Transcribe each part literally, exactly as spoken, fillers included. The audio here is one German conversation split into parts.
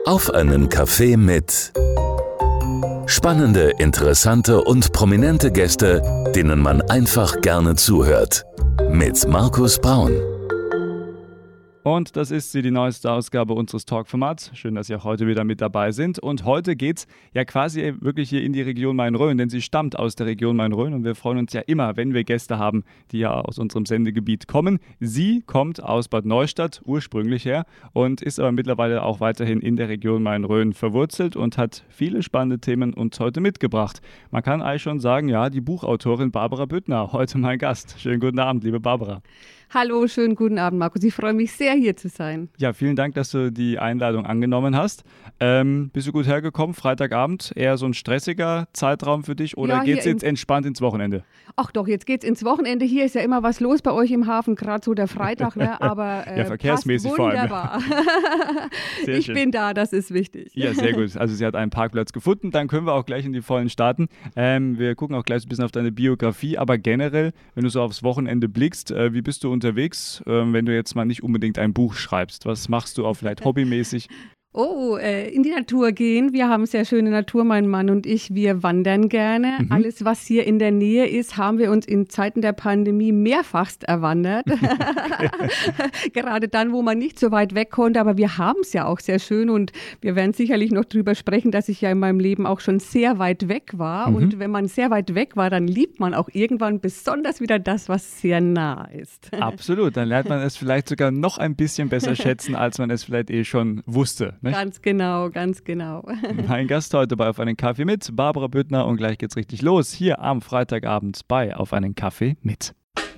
Auf einen Kaffee mit. Spannende, interessante und prominente Gäste, denen man einfach gerne zuhört. Mit Markus Braun. Und das ist sie, die neueste Ausgabe unseres Talk-Formats. Schön, dass Sie auch heute wieder mit dabei sind. Und heute geht es ja quasi wirklich hier in die Region Main-Rhön, denn sie stammt aus der Region Main-Rhön. Und wir freuen uns ja immer, wenn wir Gäste haben, die ja aus unserem Sendegebiet kommen. Sie kommt aus Bad Neustadt, ursprünglich her, und ist aber mittlerweile auch weiterhin in der Region Main-Rhön verwurzelt und hat viele spannende Themen uns heute mitgebracht. Man kann eigentlich schon sagen, ja, die Buchautorin Barbara Büttner, heute mein Gast. Schönen guten Abend, liebe Barbara. Hallo, schönen guten Abend, Markus. Ich freue mich sehr, hier zu sein. Ja, vielen Dank, dass du die Einladung angenommen hast. Ähm, bist du gut hergekommen? Freitagabend, eher so ein stressiger Zeitraum für dich oder ja, geht es jetzt entspannt ins Wochenende? Ach doch, jetzt geht's ins Wochenende. Hier ist ja immer was los bei euch im Hafen, gerade so der Freitag, ne? Aber äh, ja, verkehrsmäßig passt wunderbar. Vor allem. ich schön. bin da, das ist wichtig. Ja, sehr gut. Also sie hat einen Parkplatz gefunden. Dann können wir auch gleich in die Vollen starten. Ähm, wir gucken auch gleich ein bisschen auf deine Biografie, aber generell, wenn du so aufs Wochenende blickst, äh, wie bist du unterwegs, äh, wenn du jetzt mal nicht unbedingt ein Buch schreibst? Was machst du auch vielleicht hobbymäßig? Oh, äh, in die Natur gehen. Wir haben sehr schöne Natur, mein Mann und ich. Wir wandern gerne. Mhm. Alles, was hier in der Nähe ist, haben wir uns in Zeiten der Pandemie mehrfachst erwandert. Gerade dann, wo man nicht so weit weg konnte. Aber wir haben es ja auch sehr schön. Und wir werden sicherlich noch drüber sprechen, dass ich ja in meinem Leben auch schon sehr weit weg war. Mhm. Und wenn man sehr weit weg war, dann liebt man auch irgendwann besonders wieder das, was sehr nah ist. Absolut. Dann lernt man es vielleicht sogar noch ein bisschen besser schätzen, als man es vielleicht eh schon wusste. Nicht? Ganz genau, ganz genau. Mein Gast heute bei Auf einen Kaffee mit, Barbara Büttner, und gleich geht's richtig los, hier am Freitagabend bei Auf einen Kaffee mit.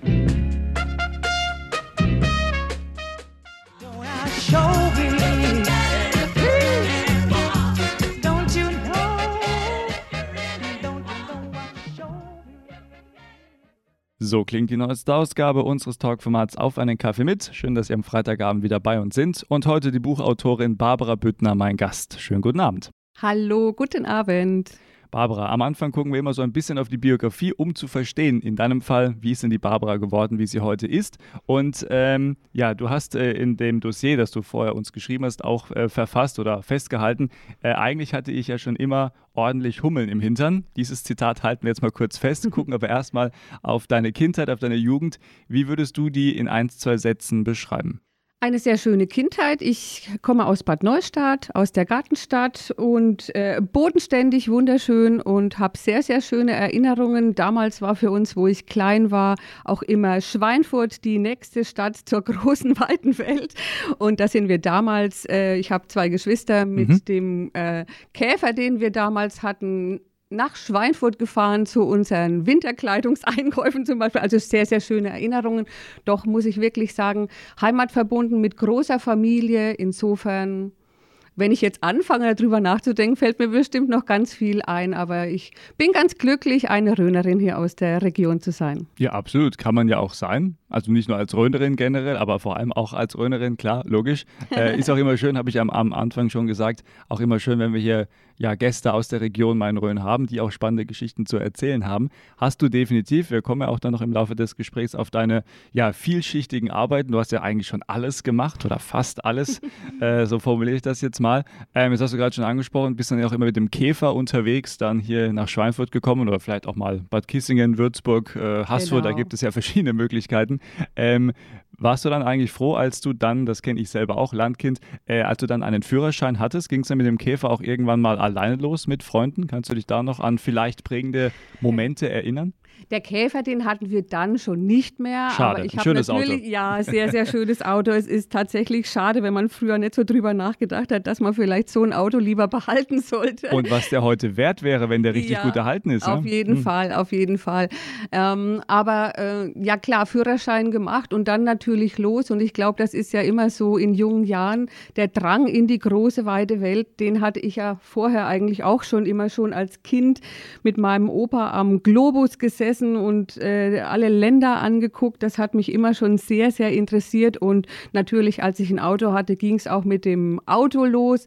So klingt die neueste Ausgabe unseres Talkformats Auf einen Kaffee mit. Schön, dass Sie am Freitagabend wieder bei uns sind. Und heute die Buchautorin Barbara Büttner, mein Gast. Schönen guten Abend. Hallo, guten Abend. Barbara, am Anfang gucken wir immer so ein bisschen auf die Biografie, um zu verstehen, in deinem Fall, wie ist denn die Barbara geworden, wie sie heute ist. Und ähm, ja, du hast äh, in dem Dossier, das du vorher uns geschrieben hast, auch äh, verfasst oder festgehalten, äh, eigentlich hatte ich ja schon immer ordentlich Hummeln im Hintern. Dieses Zitat halten wir jetzt mal kurz fest, gucken aber erstmal auf deine Kindheit, auf deine Jugend. Wie würdest du die in ein, zwei Sätzen beschreiben? Eine sehr schöne Kindheit. Ich komme aus Bad Neustadt, aus der Gartenstadt und äh, bodenständig, wunderschön und habe sehr, sehr schöne Erinnerungen. Damals war für uns, wo ich klein war, auch immer Schweinfurt die nächste Stadt zur großen, weiten Welt. Und da sind wir damals, äh, ich habe zwei Geschwister, mit mhm. dem äh, Käfer, den wir damals hatten, nach Schweinfurt gefahren zu unseren Winterkleidungseinkäufen zum Beispiel. Also sehr, sehr schöne Erinnerungen. Doch muss ich wirklich sagen, heimatverbunden mit großer Familie. Insofern, wenn ich jetzt anfange, darüber nachzudenken, fällt mir bestimmt noch ganz viel ein. Aber ich bin ganz glücklich, eine Rhönerin hier aus der Region zu sein. Ja, absolut. Kann man ja auch sein. Also nicht nur als Rhönerin generell, aber vor allem auch als Rhönerin, klar, logisch. Äh, ist auch immer schön, habe ich am, am Anfang schon gesagt, auch immer schön, wenn wir hier ja, Gäste aus der Region Main-Rhön haben, die auch spannende Geschichten zu erzählen haben. Hast du definitiv. Wir kommen ja auch dann noch im Laufe des Gesprächs auf deine ja, vielschichtigen Arbeiten. Du hast ja eigentlich schon alles gemacht oder fast alles. äh, so formuliere ich das jetzt mal. Ähm, jetzt hast du gerade schon angesprochen, bist dann ja auch immer mit dem Käfer unterwegs, dann hier nach Schweinfurt gekommen oder vielleicht auch mal Bad Kissingen, Würzburg, äh, Haßfurt, genau. Da gibt es ja verschiedene Möglichkeiten. Ähm, warst du dann eigentlich froh, als du dann, das kenne ich selber auch, Landkind, äh, als du dann einen Führerschein hattest, ging es dann mit dem Käfer auch irgendwann mal alleine los mit Freunden? Kannst du dich da noch an vielleicht prägende Momente erinnern? Der Käfer, den hatten wir dann schon nicht mehr. Schade, aber ich ein schönes natürlich, Auto. Ja, sehr, sehr schönes Auto. Es ist tatsächlich schade, wenn man früher nicht so drüber nachgedacht hat, dass man vielleicht so ein Auto lieber behalten sollte. Und was der heute wert wäre, wenn der richtig ja, gut erhalten ist. Auf ne? jeden hm. Fall, auf jeden Fall. Ähm, aber äh, ja klar, Führerschein gemacht und dann natürlich los. Und ich glaube, das ist ja immer so in jungen Jahren, der Drang in die große, weite Welt, den hatte ich ja vorher eigentlich auch schon, immer schon als Kind mit meinem Opa am Globus gesessen und äh, alle Länder angeguckt. Das hat mich immer schon sehr, sehr interessiert. Und natürlich, als ich ein Auto hatte, ging es auch mit dem Auto los.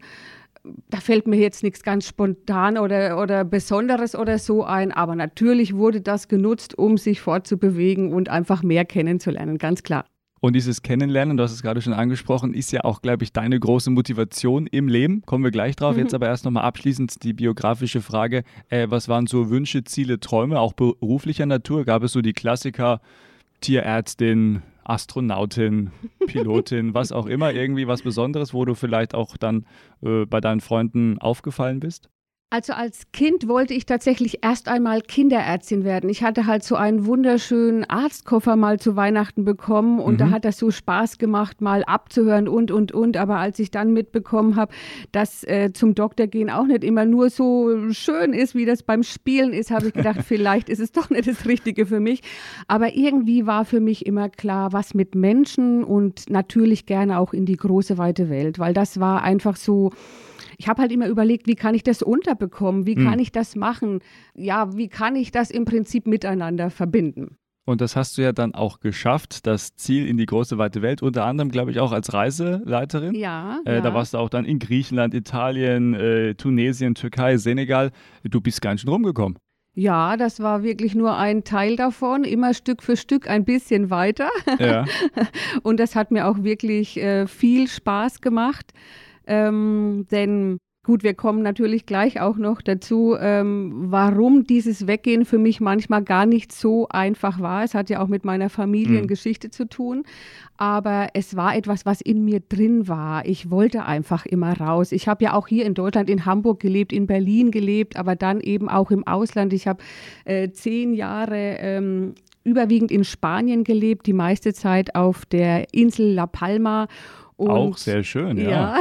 Da fällt mir jetzt nichts ganz spontan oder, oder Besonderes oder so ein. Aber natürlich wurde das genutzt, um sich fortzubewegen und einfach mehr kennenzulernen, ganz klar. Und dieses Kennenlernen, du hast es gerade schon angesprochen, ist ja auch, glaube ich, deine große Motivation im Leben. Kommen wir gleich drauf. Mhm. Jetzt aber erst nochmal abschließend die biografische Frage. Äh, was waren so Wünsche, Ziele, Träume, auch beruflicher Natur? Gab es so die Klassiker, Tierärztin, Astronautin, Pilotin, was auch immer, irgendwie was Besonderes, wo du vielleicht auch dann äh, bei deinen Freunden aufgefallen bist? Also als Kind wollte ich tatsächlich erst einmal Kinderärztin werden. Ich hatte halt so einen wunderschönen Arztkoffer mal zu Weihnachten bekommen und mhm. da hat das so Spaß gemacht, mal abzuhören und, und, und. Aber als ich dann mitbekommen habe, dass äh, zum Doktor gehen auch nicht immer nur so schön ist, wie das beim Spielen ist, habe ich gedacht, vielleicht ist es doch nicht das Richtige für mich. Aber irgendwie war für mich immer klar, was mit Menschen und natürlich gerne auch in die große, weite Welt, weil das war einfach so. Ich habe halt immer überlegt, wie kann ich das unterbekommen, wie kann hm. ich das machen, ja, wie kann ich das im Prinzip miteinander verbinden. Und das hast du ja dann auch geschafft, das Ziel in die große, weite Welt, unter anderem, glaube ich, auch als Reiseleiterin. Ja, äh, ja. Da warst du auch dann in Griechenland, Italien, äh, Tunesien, Türkei, Senegal. Du bist ganz schön rumgekommen. Ja, das war wirklich nur ein Teil davon, immer Stück für Stück ein bisschen weiter. Ja. Und das hat mir auch wirklich äh, viel Spaß gemacht. Ähm, denn gut, wir kommen natürlich gleich auch noch dazu, ähm, warum dieses Weggehen für mich manchmal gar nicht so einfach war. Es hat ja auch mit meiner Familiengeschichte mhm. zu tun, aber es war etwas, was in mir drin war. Ich wollte einfach immer raus. Ich habe ja auch hier in Deutschland, in Hamburg gelebt, in Berlin gelebt, aber dann eben auch im Ausland. Ich habe äh, zehn Jahre ähm, überwiegend in Spanien gelebt, die meiste Zeit auf der Insel La Palma. Und, auch sehr schön, ja. ja.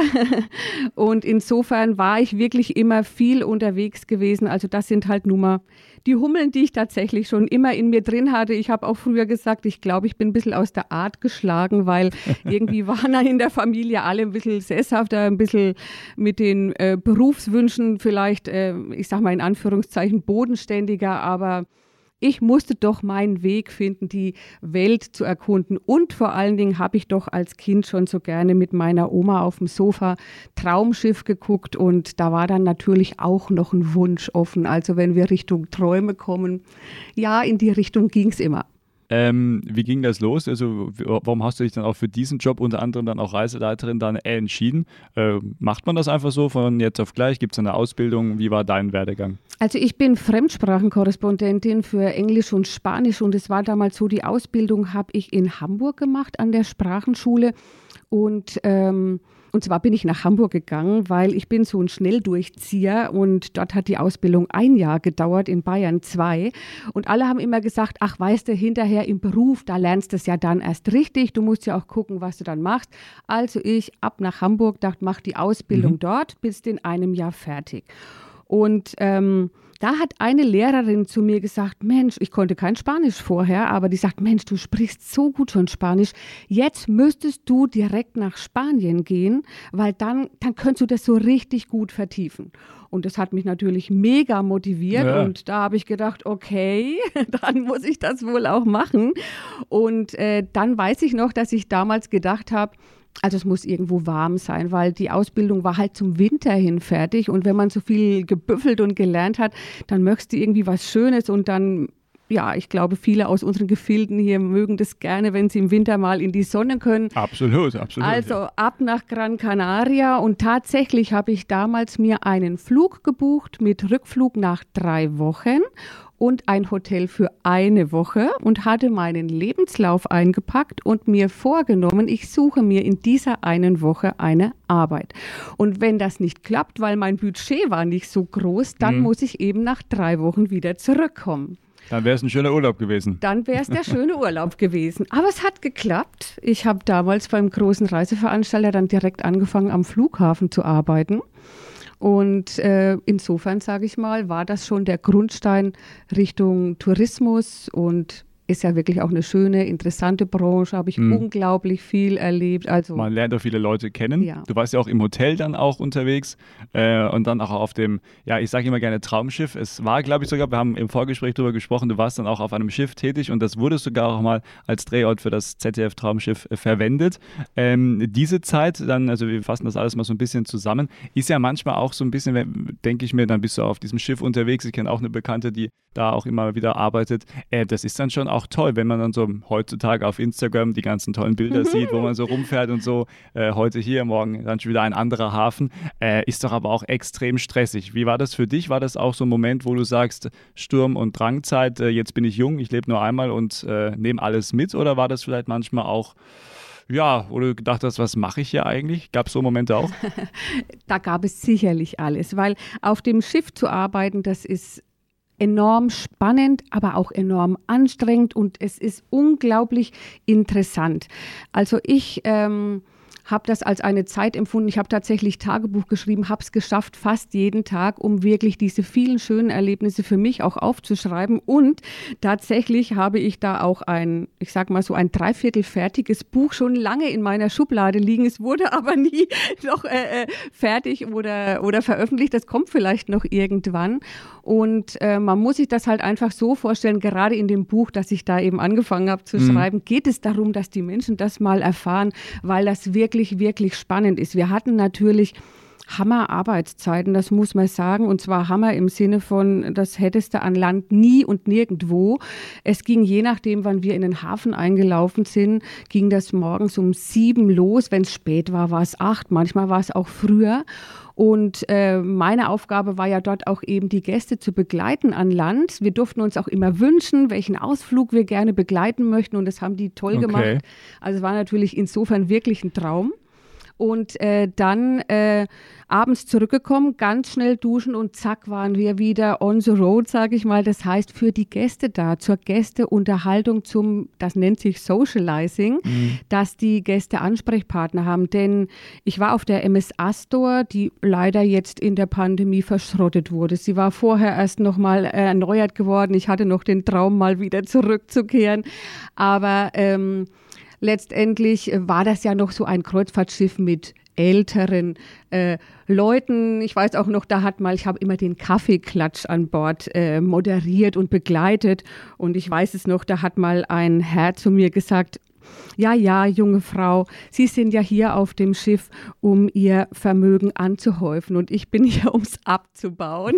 Und insofern war ich wirklich immer viel unterwegs gewesen. Also das sind halt nun mal die Hummeln, die ich tatsächlich schon immer in mir drin hatte. Ich habe auch früher gesagt, ich glaube, ich bin ein bisschen aus der Art geschlagen, weil irgendwie waren in der Familie alle ein bisschen sesshafter, ein bisschen mit den äh, Berufswünschen vielleicht, äh, ich sage mal in Anführungszeichen, bodenständiger, aber ich musste doch meinen Weg finden, die Welt zu erkunden. Und vor allen Dingen habe ich doch als Kind schon so gerne mit meiner Oma auf dem Sofa Traumschiff geguckt. Und da war dann natürlich auch noch ein Wunsch offen. Also wenn wir Richtung Träume kommen, ja, in die Richtung ging es immer. Ähm, wie ging das los? Also warum hast du dich dann auch für diesen Job, unter anderem dann auch Reiseleiterin, dann entschieden? Äh, macht man das einfach so von jetzt auf gleich? Gibt es eine Ausbildung? Wie war dein Werdegang? Also ich bin Fremdsprachenkorrespondentin für Englisch und Spanisch und es war damals so, die Ausbildung habe ich in Hamburg gemacht an der Sprachenschule und ähm, Und zwar bin ich nach Hamburg gegangen, weil ich bin so ein Schnelldurchzieher und dort hat die Ausbildung ein Jahr gedauert, in Bayern zwei. Und alle haben immer gesagt, ach weißt du, hinterher im Beruf, da lernst du es ja dann erst richtig. Du musst ja auch gucken, was du dann machst. Also ich ab nach Hamburg, dachte, mach die Ausbildung mhm. dort, bist in einem Jahr fertig. Und ähm, da hat eine Lehrerin zu mir gesagt, Mensch, ich konnte kein Spanisch vorher, aber die sagt, Mensch, du sprichst so gut schon Spanisch, jetzt müsstest du direkt nach Spanien gehen, weil dann, dann könntest du das so richtig gut vertiefen. Und das hat mich natürlich mega motiviert ja. Und da habe ich gedacht, okay, dann muss ich das wohl auch machen. Und äh, dann weiß ich noch, dass ich damals gedacht habe, also es muss irgendwo warm sein, weil die Ausbildung war halt zum Winter hin fertig und wenn man so viel gebüffelt und gelernt hat, dann möchtest du irgendwie was Schönes und dann, ja, ich glaube, viele aus unseren Gefilden hier mögen das gerne, wenn sie im Winter mal in die Sonne können. Absolut, absolut. Also ja. ab nach Gran Canaria und tatsächlich habe ich damals mir einen Flug gebucht mit Rückflug nach drei Wochen und ein Hotel für eine Woche und hatte meinen Lebenslauf eingepackt und mir vorgenommen, ich suche mir in dieser einen Woche eine Arbeit. Und wenn das nicht klappt, weil mein Budget war nicht so groß, dann mhm. muss ich eben nach drei Wochen wieder zurückkommen. Dann wäre es ein schöner Urlaub gewesen. Dann wäre es der schöne Urlaub gewesen. Aber es hat geklappt. Ich habe damals beim großen Reiseveranstalter dann direkt angefangen, am Flughafen zu arbeiten. Und äh, insofern, sage ich mal, war das schon der Grundstein Richtung Tourismus und ist ja wirklich auch eine schöne, interessante Branche, habe ich mhm. unglaublich viel erlebt. Also, man lernt auch viele Leute kennen. Ja. Du warst ja auch im Hotel dann auch unterwegs äh, und dann auch auf dem, ja, ich sage immer gerne Traumschiff. Es war, glaube ich sogar, wir haben im Vorgespräch darüber gesprochen, du warst dann auch auf einem Schiff tätig und das wurde sogar auch mal als Drehort für das Z D F-Traumschiff äh, verwendet. Ähm, diese Zeit dann, also wir fassen das alles mal so ein bisschen zusammen, ist ja manchmal auch so ein bisschen, denke ich mir, dann bist du auf diesem Schiff unterwegs. Ich kenne auch eine Bekannte, die da auch immer wieder arbeitet. Äh, das ist dann schon auch auch toll, wenn man dann so heutzutage auf Instagram die ganzen tollen Bilder sieht, wo man so rumfährt und so, äh, heute hier, morgen dann schon wieder ein anderer Hafen. Äh, ist doch aber auch extrem stressig. Wie war das für dich? War das auch so ein Moment, wo du sagst, Sturm- und Drangzeit, äh, jetzt bin ich jung, ich lebe nur einmal und äh, nehme alles mit? Oder war das vielleicht manchmal auch, ja, wo du gedacht hast, was mache ich hier eigentlich? Gab es so Momente auch? Da gab es sicherlich alles, weil auf dem Schiff zu arbeiten, das ist enorm spannend, aber auch enorm anstrengend und es ist unglaublich interessant. Also ich ähm, habe das als eine Zeit empfunden. Ich habe tatsächlich Tagebuch geschrieben, habe es geschafft, fast jeden Tag, um wirklich diese vielen schönen Erlebnisse für mich auch aufzuschreiben. Und tatsächlich habe ich da auch ein, ich sag mal so ein dreiviertel fertiges Buch schon lange in meiner Schublade liegen. Es wurde aber nie noch äh, fertig oder, oder veröffentlicht. Das kommt vielleicht noch irgendwann. Und äh, man muss sich das halt einfach so vorstellen, gerade in dem Buch, das ich da eben angefangen habe zu mhm. schreiben, geht es darum, dass die Menschen das mal erfahren, weil das wirklich, wirklich spannend ist. Wir hatten natürlich Hammer-Arbeitszeiten, das muss man sagen, und zwar Hammer im Sinne von, das hättest du an Land nie und nirgendwo. Es ging je nachdem, wann wir in den Hafen eingelaufen sind, ging das morgens um sieben los. Wenn es spät war, war es acht, manchmal war es auch früher. Und äh, meine Aufgabe war ja dort auch eben die Gäste zu begleiten an Land. Wir durften uns auch immer wünschen, welchen Ausflug wir gerne begleiten möchten und das haben die toll okay. gemacht. Also es war natürlich insofern wirklich ein Traum. Und äh, dann äh, abends zurückgekommen, ganz schnell duschen und zack waren wir wieder on the road, sage ich mal. Das heißt für die Gäste da, zur Gästeunterhaltung, zum, das nennt sich Socializing, mhm. dass die Gäste Ansprechpartner haben. Denn ich war auf der M S Astor, die leider jetzt in der Pandemie verschrottet wurde. Sie war vorher erst nochmal erneuert geworden. Ich hatte noch den Traum, mal wieder zurückzukehren. Aber ähm, letztendlich war das ja noch so ein Kreuzfahrtschiff mit älteren äh, Leuten. Ich weiß auch noch, da hat mal, ich habe immer den Kaffeeklatsch an Bord äh, moderiert und begleitet. Und ich weiß es noch, da hat mal ein Herr zu mir gesagt, ja, ja, junge Frau, Sie sind ja hier auf dem Schiff, um Ihr Vermögen anzuhäufen und ich bin hier, um es abzubauen.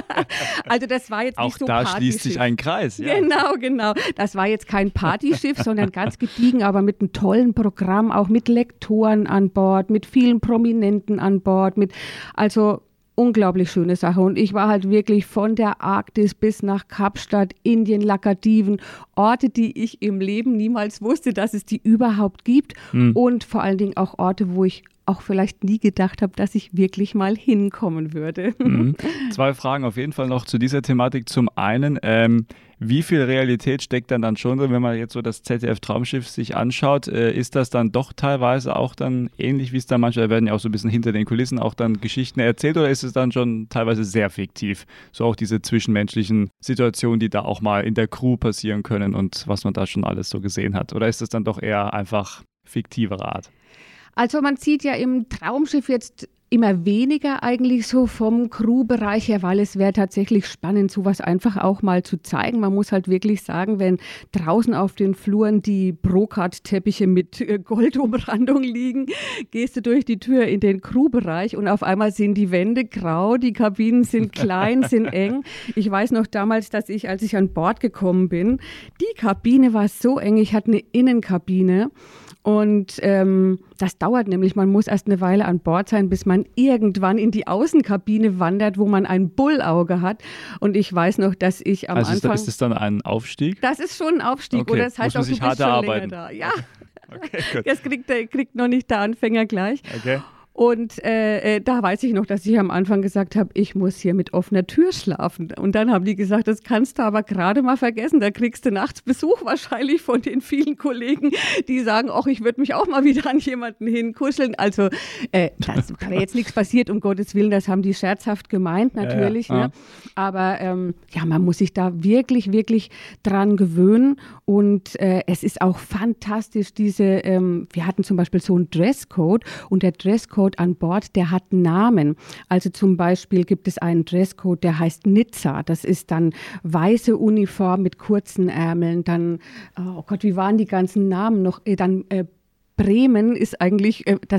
Also das war jetzt auch nicht so da Partyschiff. Schließt sich ein Kreis. Ja. Genau, genau. Das war jetzt kein Partyschiff, sondern ganz gediegen, aber mit einem tollen Programm, auch mit Lektoren an Bord, mit vielen Prominenten an Bord, mit, also unglaublich schöne Sache und ich war halt wirklich von der Arktis bis nach Kapstadt, Indien, Lakadiven, Orte, die ich im Leben niemals wusste, dass es die überhaupt gibt mhm. und vor allen Dingen auch Orte, wo ich auch vielleicht nie gedacht habe, dass ich wirklich mal hinkommen würde. Mhm. Zwei Fragen auf jeden Fall noch zu dieser Thematik. Zum einen, ähm, wie viel Realität steckt dann dann schon drin, wenn man jetzt so das Z D F-Traumschiff sich anschaut? Äh, ist das dann doch teilweise auch dann ähnlich, wie es da manchmal, da werden ja auch so ein bisschen hinter den Kulissen auch dann Geschichten erzählt oder ist es dann schon teilweise sehr fiktiv? So auch diese zwischenmenschlichen Situationen, die da auch mal in der Crew passieren können und was man da schon alles so gesehen hat? Oder ist es dann doch eher einfach fiktivere Art? Also man sieht ja im Traumschiff jetzt immer weniger eigentlich so vom Crew-Bereich her, weil es wäre tatsächlich spannend, sowas einfach auch mal zu zeigen. Man muss halt wirklich sagen, wenn draußen auf den Fluren die Brokat-Teppiche mit Goldumrandung liegen, gehst du durch die Tür in den Crew-Bereich und auf einmal sind die Wände grau, die Kabinen sind klein, sind eng. Ich weiß noch damals, dass ich, als ich an Bord gekommen bin, die Kabine war so eng, ich hatte eine Innenkabine. Und ähm, das dauert nämlich, man muss erst eine Weile an Bord sein, bis man irgendwann in die Außenkabine wandert, wo man ein Bullauge hat. Und ich weiß noch, dass ich am also Anfang... Also ist das dann ein Aufstieg? Das ist schon ein Aufstieg, okay. Oder? Das heißt muss man auch, sich du bist schon arbeiten. länger da. Ja, okay, gut. Das kriegt, kriegt noch nicht der Anfänger gleich. Okay. Und äh, da weiß ich noch, dass ich am Anfang gesagt habe, ich muss hier mit offener Tür schlafen. Und dann haben die gesagt, das kannst du aber gerade mal vergessen. Da kriegst du nachts Besuch wahrscheinlich von den vielen Kollegen, die sagen, ach, ich würde mich auch mal wieder an jemanden hinkuscheln. Also äh, das wäre jetzt nichts passiert, um Gottes Willen. Das haben die scherzhaft gemeint, natürlich. Ja, ja. Ne? Aber ähm, ja, man muss sich da wirklich, wirklich dran gewöhnen. Und äh, es ist auch fantastisch, diese, ähm, wir hatten zum Beispiel so einen Dresscode und der Dresscode an Bord, der hat Namen. Also zum Beispiel gibt es einen Dresscode, der heißt Nizza. Das ist dann weiße Uniform mit kurzen Ärmeln. Dann, oh Gott, wie waren die ganzen Namen noch? Dann äh, Bremen ist eigentlich äh, das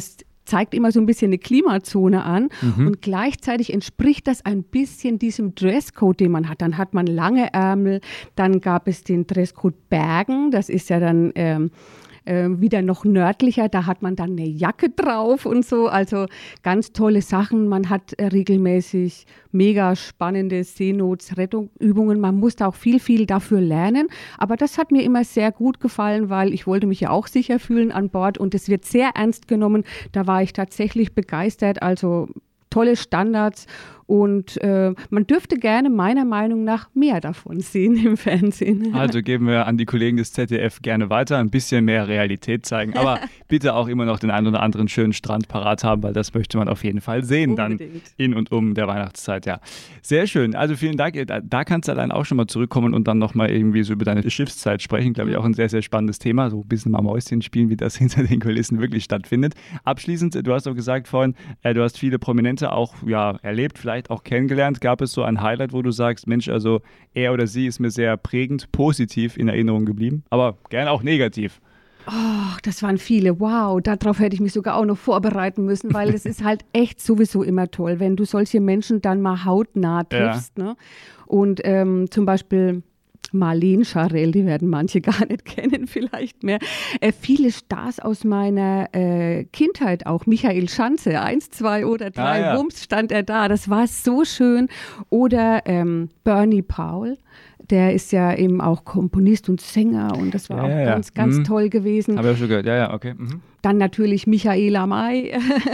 zeigt immer so ein bisschen eine Klimazone an Mhm. und gleichzeitig entspricht das ein bisschen diesem Dresscode, den man hat. Dann hat man lange Ärmel, dann gab es den Dresscode Bergen, das ist ja dann ähm, äh, wieder noch nördlicher, da hat man dann eine Jacke drauf und so, also ganz tolle Sachen. Man hat äh, regelmäßig mega spannende Seenotrettungsübungen, man muss da auch viel, viel dafür lernen, aber das hat mir immer sehr gut gefallen, weil ich wollte mich ja auch sicher fühlen an Bord und es wird sehr ernst genommen, da war ich tatsächlich begeistert, also tolle Standards und äh, man dürfte gerne meiner Meinung nach mehr davon sehen im Fernsehen. Also geben wir an die Kollegen des Z D F gerne weiter, ein bisschen mehr Realität zeigen, aber bitte auch immer noch den einen oder anderen schönen Strand parat haben, weil das möchte man auf jeden Fall sehen dann Unbedingt. in und um der Weihnachtszeit, ja. Sehr schön, also vielen Dank, da, da kannst du allein auch schon mal zurückkommen und dann nochmal irgendwie so über deine Schiffszeit sprechen, glaube ich auch ein sehr, sehr spannendes Thema, so ein bisschen mal Mäuschen spielen, wie das hinter den Kulissen wirklich stattfindet. Abschließend, du hast auch gesagt vorhin, äh, du hast viele Prominente auch ja, erlebt, vielleicht auch kennengelernt. Gab es so ein Highlight, wo du sagst, Mensch, also er oder sie ist mir sehr prägend, positiv in Erinnerung geblieben, aber gerne auch negativ. Oh, das waren viele. Wow, darauf hätte ich mich sogar auch noch vorbereiten müssen, weil es ist halt echt sowieso immer toll, wenn du solche Menschen dann mal hautnah triffst. Ja. Ne? Und ähm, zum Beispiel Marlene Scharell, die werden manche gar nicht kennen vielleicht mehr. Äh, viele Stars aus meiner äh, Kindheit auch. Michael Schanze, eins, zwei oder drei, ah, ja. Wumms stand er da. Das war so schön. Oder ähm, Bernie Powell. Der ist ja eben auch Komponist und Sänger und das war ja, auch ja, ganz, ganz mhm. toll gewesen. Habe ich auch schon gehört, ja, ja, okay. Mhm. Dann natürlich Michaela May.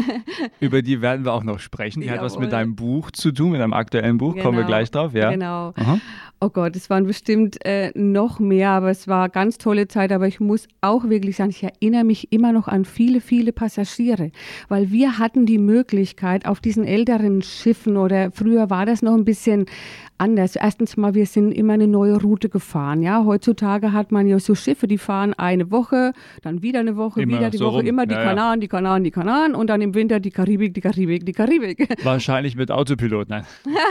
Über die werden wir auch noch sprechen. Die Jawohl. hat was mit deinem Buch zu tun, mit deinem aktuellen Buch. Genau. Kommen wir gleich drauf, ja. Genau. Aha. Oh Gott, es waren bestimmt äh, noch mehr, aber es war eine ganz tolle Zeit. Aber ich muss auch wirklich sagen, ich erinnere mich immer noch an viele, viele Passagiere, weil wir hatten die Möglichkeit auf diesen älteren Schiffen oder früher war das noch ein bisschen anders. Erstens mal, wir sind immer eine neue Route gefahren. Ja, heutzutage hat man ja so Schiffe, die fahren eine Woche, dann wieder eine Woche, Immer wieder die so Woche, rum. immer die Ja, ja. Kanaren, die Kanaren, die Kanaren und dann im Winter die Karibik, die Karibik, die Karibik. Wahrscheinlich mit Autopilot, nein.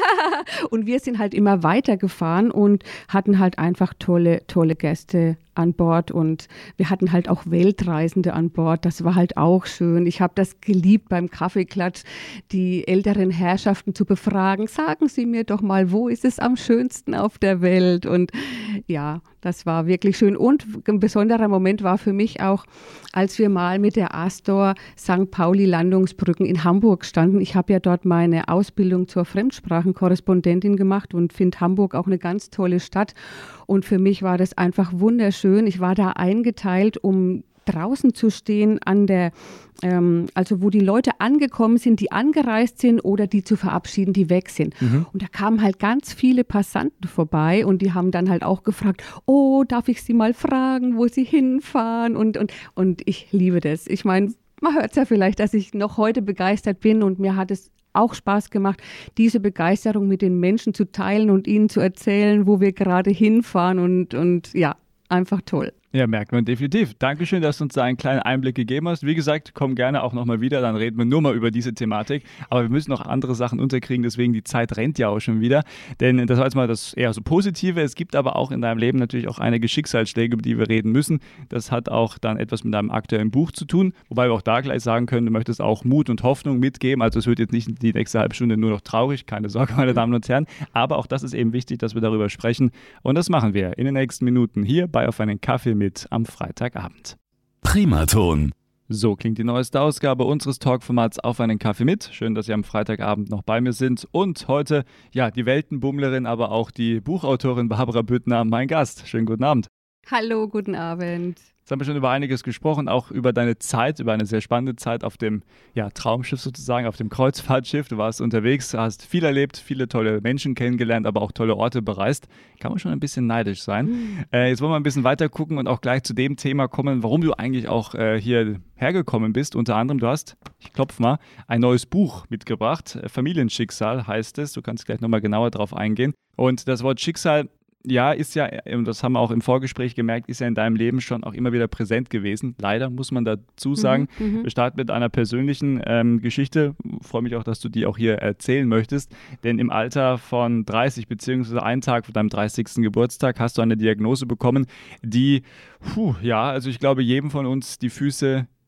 Und wir sind halt immer weitergefahren und hatten halt einfach tolle, tolle Gäste an Bord und wir hatten halt auch Weltreisende an Bord. Das war halt auch schön. Ich habe das geliebt beim Kaffeeklatsch, die älteren Herrschaften zu befragen. Sagen Sie mir doch mal, wo ist es am schönsten auf der Welt? Und ja, das war wirklich schön. Und ein besonderer Moment war für mich auch, als wir mal mit der Astor Sankt Pauli Landungsbrücken in Hamburg standen. Ich habe ja dort meine Ausbildung zur Fremdsprachenkorrespondentin gemacht und finde Hamburg auch eine ganz tolle Stadt. Und für mich war das einfach wunderschön. Ich war da eingeteilt, um draußen zu stehen an der, ähm, also wo die Leute angekommen sind, die angereist sind oder die zu verabschieden, die weg sind. Mhm. Und da kamen halt ganz viele Passanten vorbei und die haben dann halt auch gefragt, oh, darf ich Sie mal fragen, wo Sie hinfahren? Und, und, und ich liebe das. Ich meine, man hört es ja vielleicht, dass ich noch heute begeistert bin und mir hat es auch Spaß gemacht, diese Begeisterung mit den Menschen zu teilen und ihnen zu erzählen, wo wir gerade hinfahren und, und ja, einfach toll. Ja, merkt man definitiv. Dankeschön, dass du uns da einen kleinen Einblick gegeben hast. Wie gesagt, komm gerne auch nochmal wieder, dann reden wir nur mal über diese Thematik. Aber wir müssen noch andere Sachen unterkriegen, deswegen die Zeit rennt ja auch schon wieder. Denn das war jetzt mal das eher so Positive. Es gibt aber auch in deinem Leben natürlich auch einige Schicksalsschläge, über die wir reden müssen. Das hat auch dann etwas mit deinem aktuellen Buch zu tun. Wobei wir auch da gleich sagen können, du möchtest auch Mut und Hoffnung mitgeben. Also es wird jetzt nicht die nächste halbe Stunde nur noch traurig, keine Sorge, meine Damen und Herren. Aber auch das ist eben wichtig, dass wir darüber sprechen. Und das machen wir in den nächsten Minuten hier bei Auf einen Kaffee mit am Freitagabend. Primaton. So klingt die neueste Ausgabe unseres Talkformats Auf einen Kaffee mit. Schön, dass Sie am Freitagabend noch bei mir sind. Und heute, ja, die Weltenbummlerin, aber auch die Buchautorin Barbara Büttner, mein Gast. Schönen guten Abend. Hallo, guten Abend. Jetzt haben wir schon über einiges gesprochen, auch über deine Zeit, über eine sehr spannende Zeit auf dem ja, Traumschiff sozusagen, auf dem Kreuzfahrtschiff. Du warst unterwegs, hast viel erlebt, viele tolle Menschen kennengelernt, aber auch tolle Orte bereist. Kann man schon ein bisschen neidisch sein. Mhm. Äh, jetzt wollen wir ein bisschen weiter gucken und auch gleich zu dem Thema kommen, warum du eigentlich auch äh, hier hergekommen bist. Unter anderem, du hast, ich klopfe mal, ein neues Buch mitgebracht. Familienschicksal heißt es. Du kannst gleich nochmal genauer drauf eingehen. Und das Wort Schicksal, ja, ist ja, und das haben wir auch im Vorgespräch gemerkt, ist ja in deinem Leben schon auch immer wieder präsent gewesen. Leider, muss man dazu sagen. Mhm, wir starten mit einer persönlichen ähm, Geschichte. Ich freue mich auch, dass du die auch hier erzählen möchtest. Denn im Alter von dreißig, beziehungsweise einen Tag vor deinem dreißigsten Geburtstag, hast du eine Diagnose bekommen, die, puh, ja, also ich glaube, jedem von uns die Füße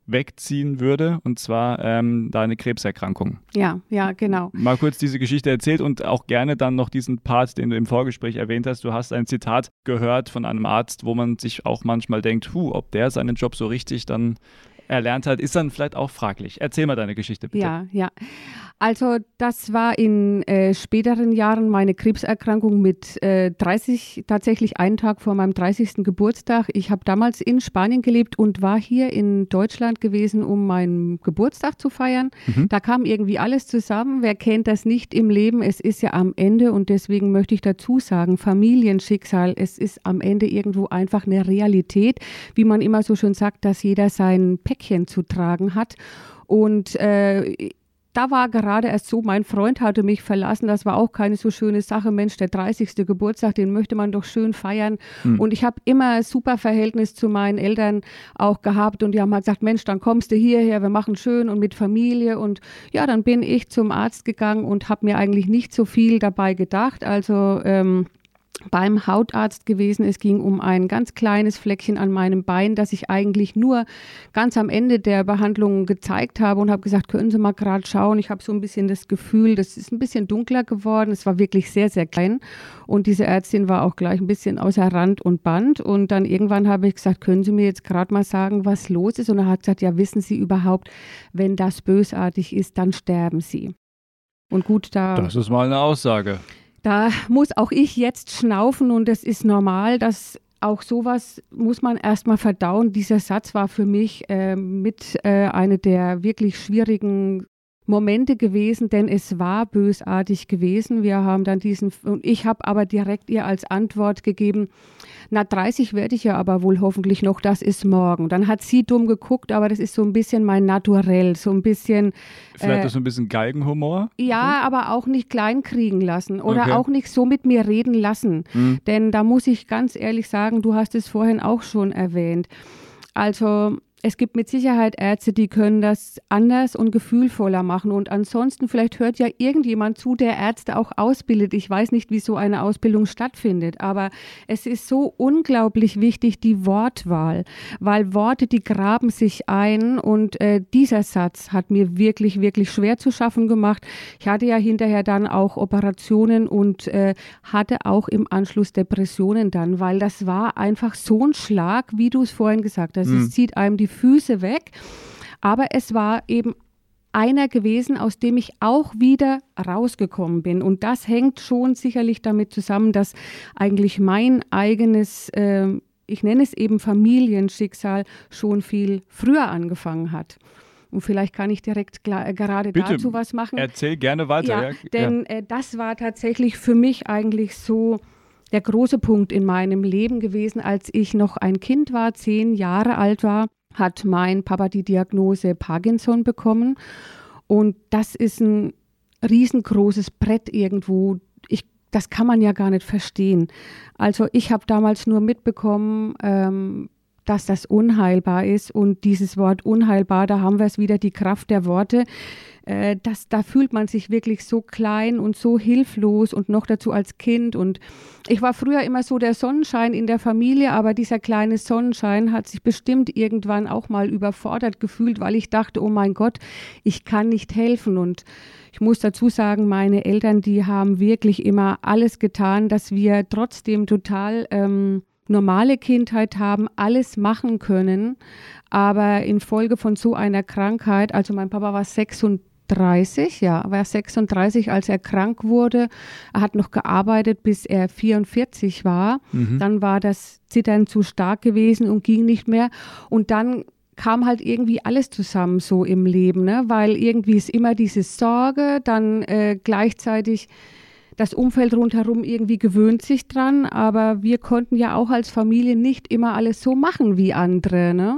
wegziehen würde, und zwar ähm, deine Krebserkrankung. Ja, ja, genau. Mal kurz diese Geschichte erzählt und auch gerne dann noch diesen Part, den du im Vorgespräch erwähnt hast. Du hast ein Zitat gehört von einem Arzt, wo man sich auch manchmal denkt, huh, ob der seinen Job so richtig dann erlernt hat, ist dann vielleicht auch fraglich. Erzähl mal deine Geschichte bitte. Ja, ja. Also das war in äh, späteren Jahren meine Krebserkrankung mit äh, dreißig, tatsächlich einen Tag vor meinem dreißigsten Geburtstag. Ich habe damals in Spanien gelebt und war hier in Deutschland gewesen, um meinen Geburtstag zu feiern. Mhm. Da kam irgendwie alles zusammen. Wer kennt das nicht im Leben? Es ist ja am Ende, und deswegen möchte ich dazu sagen, Familienschicksal, es ist am Ende irgendwo einfach eine Realität, wie man immer so schön sagt, dass jeder sein Päckchen zu tragen hat. Und äh, da war gerade erst so, mein Freund hatte mich verlassen, das war auch keine so schöne Sache. Mensch, der dreißigste Geburtstag, den möchte man doch schön feiern. Mhm. Und ich habe immer ein super Verhältnis zu meinen Eltern auch gehabt, und die haben halt gesagt, Mensch, dann kommst du hierher, wir machen schön und mit Familie. Und ja, dann bin ich zum Arzt gegangen und habe mir eigentlich nicht so viel dabei gedacht. Also ähm, beim Hautarzt gewesen. Es ging um ein ganz kleines Fleckchen an meinem Bein, das ich eigentlich nur ganz am Ende der Behandlung gezeigt habe und habe gesagt, können Sie mal gerade schauen. Ich habe so ein bisschen das Gefühl, das ist ein bisschen dunkler geworden. Es war wirklich sehr, sehr klein, und diese Ärztin war auch gleich ein bisschen außer Rand und Band, und dann irgendwann habe ich gesagt, können Sie mir jetzt gerade mal sagen, was los ist? Und er hat gesagt, ja, wissen Sie überhaupt, wenn das bösartig ist, dann sterben Sie. Und gut, da... Das ist mal eine Aussage. Da muss auch ich jetzt schnaufen, und das ist normal, dass auch sowas muss man erstmal verdauen. Dieser Satz war für mich äh, mit äh, einer der wirklich schwierigen Momente gewesen, denn es war bösartig gewesen. Wir haben dann diesen, und ich habe aber direkt ihr als Antwort gegeben, na dreißig werde ich ja aber wohl hoffentlich noch, das ist morgen. Dann hat sie dumm geguckt, aber das ist so ein bisschen mein Naturell, so ein bisschen... Vielleicht äh, ist so ein bisschen Galgenhumor? Ja, so? Aber auch nicht klein kriegen lassen oder Okay. auch nicht so mit mir reden lassen. Mhm. Denn da muss ich ganz ehrlich sagen, du hast es vorhin auch schon erwähnt. Also... Es gibt mit Sicherheit Ärzte, die können das anders und gefühlvoller machen. Und ansonsten, vielleicht hört ja irgendjemand zu, der Ärzte auch ausbildet. Ich weiß nicht, wie so eine Ausbildung stattfindet, aber es ist so unglaublich wichtig, die Wortwahl, weil Worte, die graben sich ein, und äh, dieser Satz hat mir wirklich, wirklich schwer zu schaffen gemacht. Ich hatte ja hinterher dann auch Operationen und äh, hatte auch im Anschluss Depressionen dann, weil das war einfach so ein Schlag, wie du es vorhin gesagt hast. Mhm. Es zieht einem die Füße weg, aber es war eben einer gewesen, aus dem ich auch wieder rausgekommen bin, und das hängt schon sicherlich damit zusammen, dass eigentlich mein eigenes, äh, ich nenne es eben Familienschicksal, schon viel früher angefangen hat. Und vielleicht kann ich direkt klar, äh, gerade Bitte, dazu was machen. Erzähl gerne weiter. Ja, ja. denn äh, das war tatsächlich für mich eigentlich so der große Punkt in meinem Leben gewesen, als ich noch ein Kind war, zehn Jahre alt war, hat mein Papa die Diagnose Parkinson bekommen. Und das ist ein riesengroßes Brett irgendwo. Ich, das kann man ja gar nicht verstehen. Also ich habe damals nur mitbekommen, ähm, dass das unheilbar ist. Und dieses Wort unheilbar, da haben wir es wieder, die Kraft der Worte. Äh, das, da fühlt man sich wirklich so klein und so hilflos, und noch dazu als Kind. Und ich war früher immer so der Sonnenschein in der Familie, aber dieser kleine Sonnenschein hat sich bestimmt irgendwann auch mal überfordert gefühlt, weil ich dachte, oh mein Gott, ich kann nicht helfen. Und ich muss dazu sagen, meine Eltern, die haben wirklich immer alles getan, dass wir trotzdem total ähm, normale Kindheit haben, alles machen können. Aber infolge von so einer Krankheit, also mein Papa war sechsunddreißig, ja, war sechsunddreißig, als er krank wurde. Er hat noch gearbeitet, bis er vierundvierzig war. Mhm. Dann war das Zittern zu stark gewesen und ging nicht mehr. Und dann kam halt irgendwie alles zusammen so im Leben, ne? Weil irgendwie ist immer diese Sorge, dann äh, gleichzeitig das Umfeld rundherum irgendwie gewöhnt sich dran, aber wir konnten ja auch als Familie nicht immer alles so machen wie andere, ne?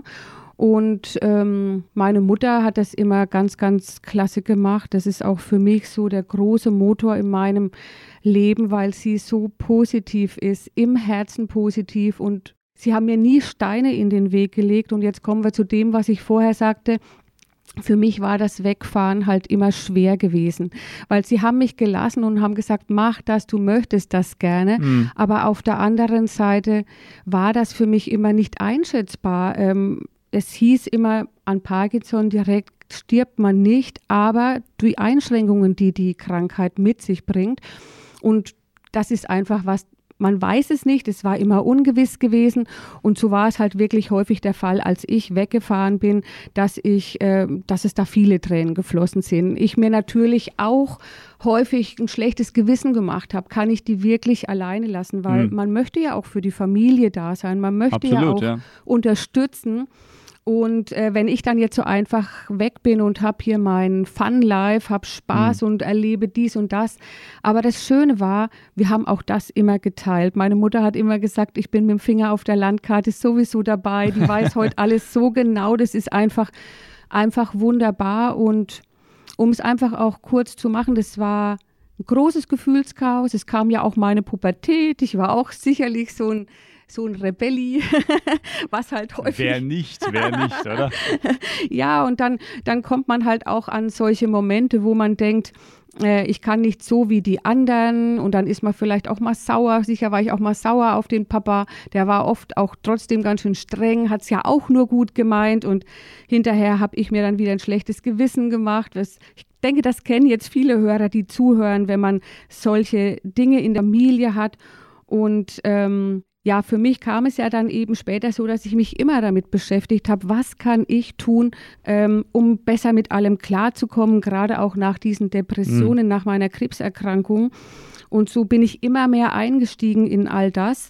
Und ähm, meine Mutter hat das immer ganz, ganz klasse gemacht. Das ist auch für mich so der große Motor in meinem Leben, weil sie so positiv ist, im Herzen positiv, und sie haben mir nie Steine in den Weg gelegt. Und jetzt kommen wir zu dem, was ich vorher sagte. Für mich war das Wegfahren halt immer schwer gewesen, weil sie haben mich gelassen und haben gesagt, mach das, du möchtest das gerne. Mhm. Aber auf der anderen Seite war das für mich immer nicht einschätzbar. Ähm, es hieß immer, an Parkinson direkt stirbt man nicht, aber die Einschränkungen, die die Krankheit mit sich bringt. Und das ist einfach was, man weiß es nicht, es war immer ungewiss gewesen. Und so war es halt wirklich häufig der Fall, als ich weggefahren bin, dass ich, äh, dass es da viele Tränen geflossen sind. Ich mir natürlich auch häufig ein schlechtes Gewissen gemacht habe. Kann ich die wirklich alleine lassen? Weil mhm. man möchte ja auch für die Familie da sein, man möchte Absolut, ja auch ja. unterstützen. Und äh, wenn ich dann jetzt so einfach weg bin und habe hier mein Fun-Life, habe Spaß mhm. und erlebe dies und das. Aber das Schöne war, wir haben auch das immer geteilt. Meine Mutter hat immer gesagt, ich bin mit dem Finger auf der Landkarte sowieso dabei. Die weiß heute alles so genau. Das ist einfach, einfach wunderbar. Und um es einfach auch kurz zu machen, das war ein großes Gefühlschaos. Es kam ja auch meine Pubertät. Ich war auch sicherlich so ein so ein Rebelli, was halt häufig... Wer nicht, wer nicht, oder? Ja, und dann, dann kommt man halt auch an solche Momente, wo man denkt, äh, ich kann nicht so wie die anderen, und dann ist man vielleicht auch mal sauer. Sicher war ich auch mal sauer auf den Papa, der war oft auch trotzdem ganz schön streng, hat es ja auch nur gut gemeint, und hinterher habe ich mir dann wieder ein schlechtes Gewissen gemacht. Was, ich denke, das kennen jetzt viele Hörer, die zuhören, wenn man solche Dinge in der Familie hat. Und ähm, ja, für mich kam es ja dann eben später so, dass ich mich immer damit beschäftigt habe, was kann ich tun, ähm, um besser mit allem klarzukommen, gerade auch nach diesen Depressionen, mhm. nach meiner Krebserkrankung. Und so bin ich immer mehr eingestiegen in all das.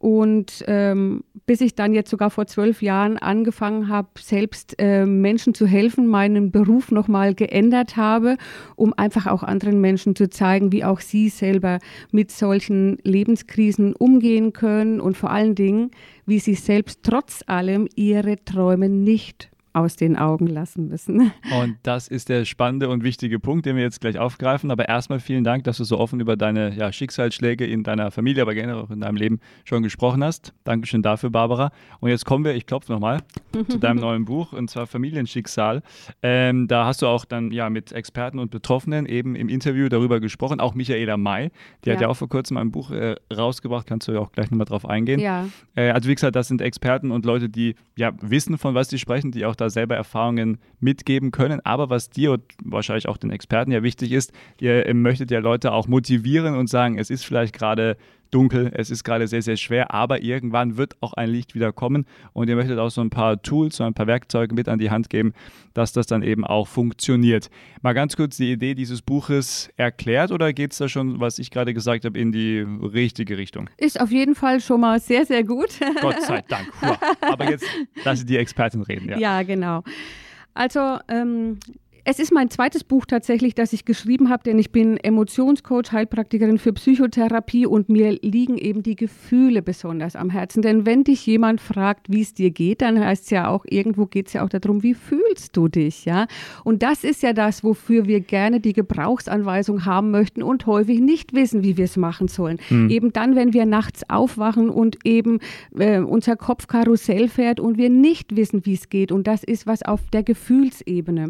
Und ähm, bis ich dann jetzt sogar vor zwölf Jahren angefangen habe, selbst äh, Menschen zu helfen, meinen Beruf nochmal geändert habe, um einfach auch anderen Menschen zu zeigen, wie auch sie selber mit solchen Lebenskrisen umgehen können und vor allen Dingen, wie sie selbst trotz allem ihre Träume nicht aus den Augen lassen müssen. Und das ist der spannende und wichtige Punkt, den wir jetzt gleich aufgreifen. Aber erstmal vielen Dank, dass du so offen über deine ja, Schicksalsschläge in deiner Familie, aber generell auch in deinem Leben schon gesprochen hast. Dankeschön dafür, Barbara. Und jetzt kommen wir, ich klopfe nochmal, zu deinem neuen Buch, und zwar Familienschicksal. Ähm, da hast du auch dann ja mit Experten und Betroffenen eben im Interview darüber gesprochen. Auch Michaela May, die ja. hat ja auch vor kurzem ein Buch äh, rausgebracht. Kannst du ja auch gleich nochmal drauf eingehen. Ja. Äh, also wie gesagt, das sind Experten und Leute, die ja wissen, von was sie sprechen, die auch da selber Erfahrungen mitgeben können. Aber was dir und wahrscheinlich auch den Experten ja wichtig ist, ihr möchtet ja Leute auch motivieren und sagen, es ist vielleicht gerade dunkel, es ist gerade sehr, sehr schwer, aber irgendwann wird auch ein Licht wieder kommen, und ihr möchtet auch so ein paar Tools, so ein paar Werkzeuge mit an die Hand geben, dass das dann eben auch funktioniert. Mal ganz kurz die Idee dieses Buches erklärt, oder geht es da schon, was ich gerade gesagt habe, in die richtige Richtung? Ist auf jeden Fall schon mal sehr, sehr gut. Gott sei Dank. Wow. Aber jetzt lasse die Expertin reden. Ja, ja genau. Also ähm, es ist mein zweites Buch tatsächlich, das ich geschrieben habe, denn ich bin Emotionscoach, Heilpraktikerin für Psychotherapie, und mir liegen eben die Gefühle besonders am Herzen. Denn wenn dich jemand fragt, wie es dir geht, dann heißt es ja auch, irgendwo geht es ja auch darum, wie fühlst du dich, ja? Und das ist ja das, wofür wir gerne die Gebrauchsanweisung haben möchten und häufig nicht wissen, wie wir es machen sollen. Hm. Eben dann, wenn wir nachts aufwachen und eben äh, unser Kopf Karussell fährt und wir nicht wissen, wie es geht. Und das ist was auf der Gefühlsebene.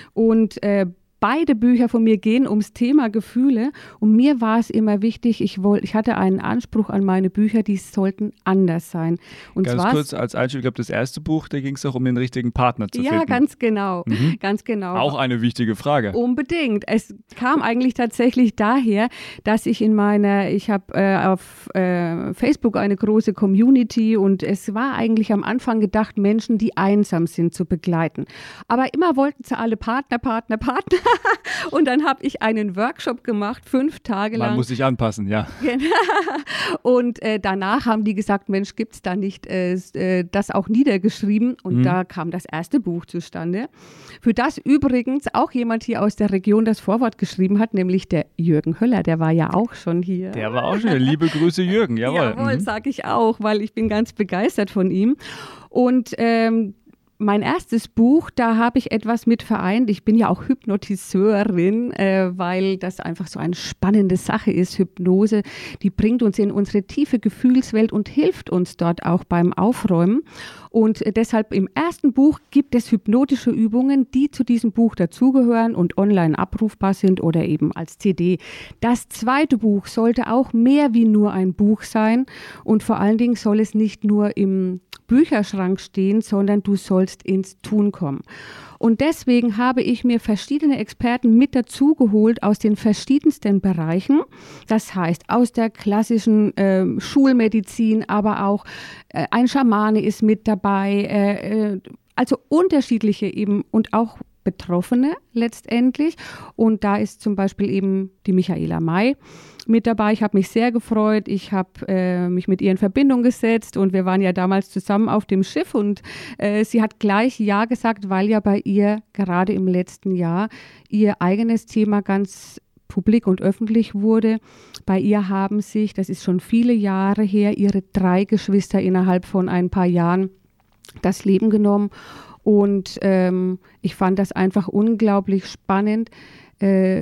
Und äh, beide Bücher von mir gehen ums Thema Gefühle, und mir war es immer wichtig, ich, wollt, ich hatte einen Anspruch an meine Bücher, die sollten anders sein. Und ganz zwar, kurz als Einstieg, ich glaube, das erste Buch, da ging es auch um den richtigen Partner zu ja, finden. Ja, ganz genau, mhm. ganz genau. Auch eine wichtige Frage. Unbedingt. Es kam eigentlich tatsächlich daher, dass ich in meiner, ich habe äh, auf äh, Facebook eine große Community, und es war eigentlich am Anfang gedacht, Menschen, die einsam sind, zu begleiten. Aber immer wollten sie alle Partner, Partner, Partner. Und dann habe ich einen Workshop gemacht, fünf Tage lang. Man muss sich anpassen, ja. Und äh, danach haben die gesagt, Mensch, gibt es da nicht äh, das auch niedergeschrieben? Und mhm. da kam das erste Buch zustande. Für das übrigens auch jemand hier aus der Region das Vorwort geschrieben hat, nämlich der Jürgen Höller, der war ja auch schon hier. Der war auch schon hier. Liebe Grüße, Jürgen, jawohl. Jawohl, mhm. sage ich auch, weil ich bin ganz begeistert von ihm. Und ähm, mein erstes Buch, da habe ich etwas mit vereint. Ich bin ja auch Hypnotiseurin, äh, weil das einfach so eine spannende Sache ist. Hypnose, die bringt uns in unsere tiefe Gefühlswelt und hilft uns dort auch beim Aufräumen. Und deshalb im ersten Buch gibt es hypnotische Übungen, die zu diesem Buch dazugehören und online abrufbar sind oder eben als C D. Das zweite Buch sollte auch mehr wie nur ein Buch sein und vor allen Dingen soll es nicht nur im Bücherschrank stehen, sondern du sollst ins Tun kommen. Und deswegen habe ich mir verschiedene Experten mit dazugeholt aus den verschiedensten Bereichen. Das heißt, aus der klassischen äh, Schulmedizin, aber auch äh, ein Schamane ist mit dabei. Äh, äh, also unterschiedliche eben und auch Betroffene letztendlich. Und da ist zum Beispiel eben die Michaela May mit dabei. Ich habe mich sehr gefreut. Ich habe äh, mich mit ihr in Verbindung gesetzt und wir waren ja damals zusammen auf dem Schiff und äh, sie hat gleich Ja gesagt, weil ja bei ihr gerade im letzten Jahr ihr eigenes Thema ganz publik und öffentlich wurde. Bei ihr haben sich, das ist schon viele Jahre her, ihre drei Geschwister innerhalb von ein paar Jahren das Leben genommen. Und ähm, ich fand das einfach unglaublich spannend, äh,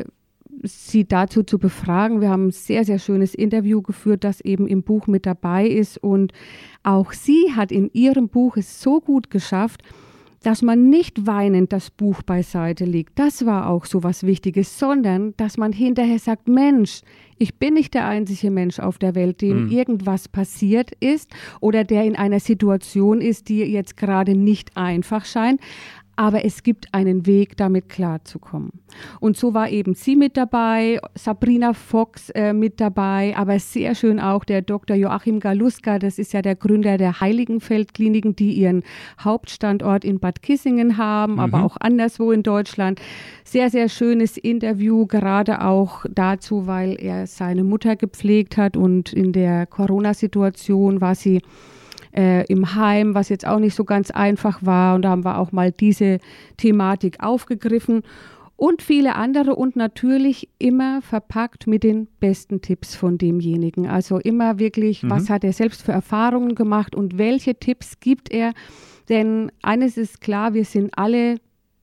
sie dazu zu befragen. Wir haben ein sehr, sehr schönes Interview geführt, das eben im Buch mit dabei ist. Und auch sie hat in ihrem Buch es so gut geschafft, dass man nicht weinend das Buch beiseite legt. Das war auch so was Wichtiges, sondern dass man hinterher sagt, Mensch, ich bin nicht der einzige Mensch auf der Welt, dem mhm. irgendwas passiert ist oder der in einer Situation ist, die jetzt gerade nicht einfach scheint. Aber es gibt einen Weg, damit klarzukommen. Und so war eben sie mit dabei, Sabrina Fox äh, mit dabei, aber sehr schön auch der Doktor Joachim Galuska, das ist ja der Gründer der Heiligenfeld-Kliniken, die ihren Hauptstandort in Bad Kissingen haben, mhm. aber auch anderswo in Deutschland. Sehr, sehr schönes Interview, gerade auch dazu, weil er seine Mutter gepflegt hat und in der Corona-Situation war sie Äh, im Heim, was jetzt auch nicht so ganz einfach war. Und da haben wir auch mal diese Thematik aufgegriffen und viele andere und natürlich immer verpackt mit den besten Tipps von demjenigen. Also immer wirklich, mhm. was hat er selbst für Erfahrungen gemacht und welche Tipps gibt er? Denn eines ist klar, wir sind alle